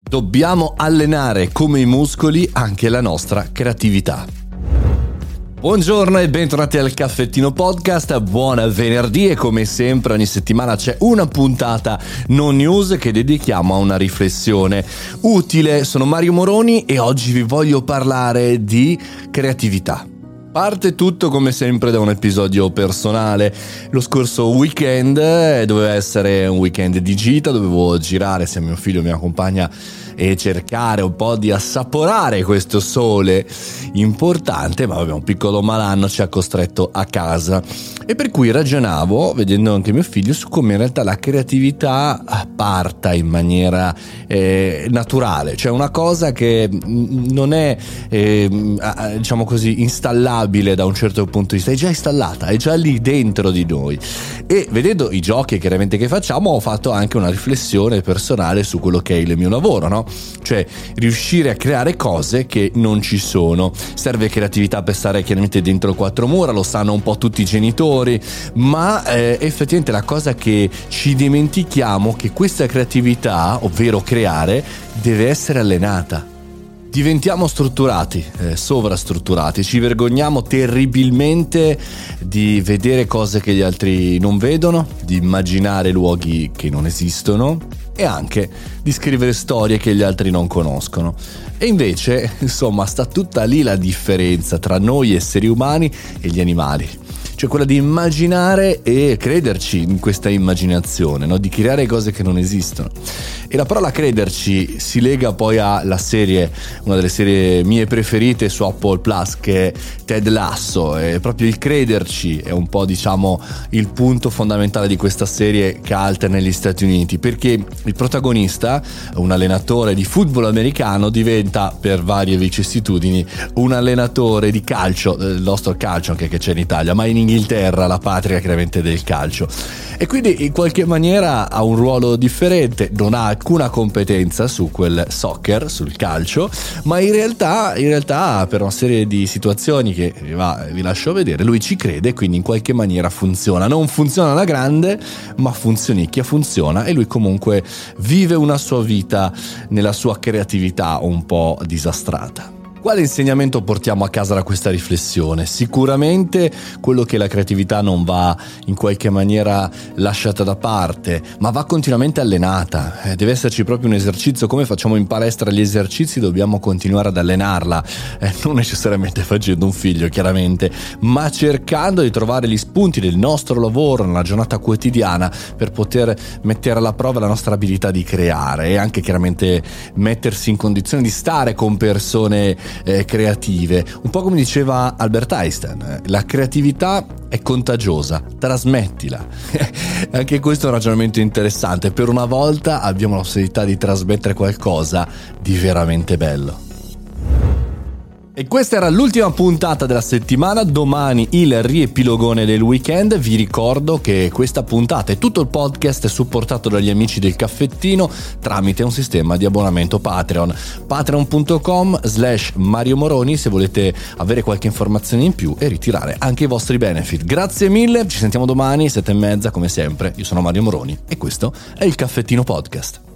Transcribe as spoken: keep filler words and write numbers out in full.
Dobbiamo allenare come i muscoli anche la nostra creatività. Buongiorno e bentornati al Caffettino Podcast, buon venerdì e come sempre ogni settimana c'è una puntata non news che dedichiamo a una riflessione utile. Sono Mario Moroni e oggi vi voglio parlare di creatività. Parte tutto come sempre da un episodio personale. Lo scorso weekend doveva essere un weekend di gita, dovevo girare se mio figlio mi accompagna e cercare un po' di assaporare questo sole importante, ma vabbè, un piccolo malanno ci ha costretto a casa e per cui ragionavo, vedendo anche mio figlio, su come in realtà la creatività parta in maniera eh, naturale, cioè una cosa che non è eh, diciamo così installabile da un certo punto di vista, è già installata, è già lì dentro di noi. E vedendo i giochi chiaramente che facciamo ho fatto anche una riflessione personale su quello che è il mio lavoro, no? Cioè riuscire a creare cose che non ci sono. Serve creatività per stare chiaramente dentro quattro mura, lo sanno un po' tutti i genitori, ma eh, effettivamente la cosa che ci dimentichiamo è che questa creatività, ovvero creare, deve essere allenata. Diventiamo strutturati, eh, sovrastrutturati, ci vergogniamo terribilmente di vedere cose che gli altri non vedono, di immaginare luoghi che non esistono e anche di scrivere storie che gli altri non conoscono. E invece, insomma, sta tutta lì la differenza tra noi esseri umani e gli animali. Cioè quella di immaginare e crederci in questa immaginazione, no? Di creare cose che non esistono. E la parola crederci si lega poi alla serie, una delle serie mie preferite su Apple Plus, che è Ted Lasso. E proprio il crederci è un po', diciamo, il punto fondamentale di questa serie cult negli Stati Uniti, perché il protagonista, un allenatore di football americano, diventa per varie vicissitudini un allenatore di calcio, il nostro calcio anche che c'è in Italia, ma in Inghilterra, la patria chiaramente del calcio, e quindi in qualche maniera ha un ruolo differente, non ha alcuna competenza su quel soccer, sul calcio, ma in realtà in realtà per una serie di situazioni che vi, va, vi lascio vedere, lui ci crede, quindi in qualche maniera funziona. Non funziona alla grande, ma funzionicchia, funziona, e lui comunque vive una sua vita nella sua creatività un po' disastrata. Quale insegnamento portiamo a casa da questa riflessione? Sicuramente quello che la creatività non va in qualche maniera lasciata da parte, ma va continuamente allenata. Eh, deve esserci proprio un esercizio, come facciamo in palestra gli esercizi, dobbiamo continuare ad allenarla, eh, non necessariamente facendo un figlio chiaramente, ma cercando di trovare gli spunti del nostro lavoro nella giornata quotidiana per poter mettere alla prova la nostra abilità di creare e anche chiaramente mettersi in condizione di stare con persone Eh, creative. Un po' come diceva Albert Einstein, eh, la creatività è contagiosa, trasmettila. Anche questo è un ragionamento interessante. Per una volta abbiamo la possibilità di trasmettere qualcosa di veramente bello. E questa era l'ultima puntata della settimana, domani il riepilogone del weekend. Vi ricordo che questa puntata e tutto il podcast è supportato dagli amici del Caffettino tramite un sistema di abbonamento Patreon. Patreon.com slash Mario Moroni se volete avere qualche informazione in più e ritirare anche i vostri benefit. Grazie mille, ci sentiamo domani, sette e mezza come sempre. Io sono Mario Moroni e questo è il Caffettino Podcast.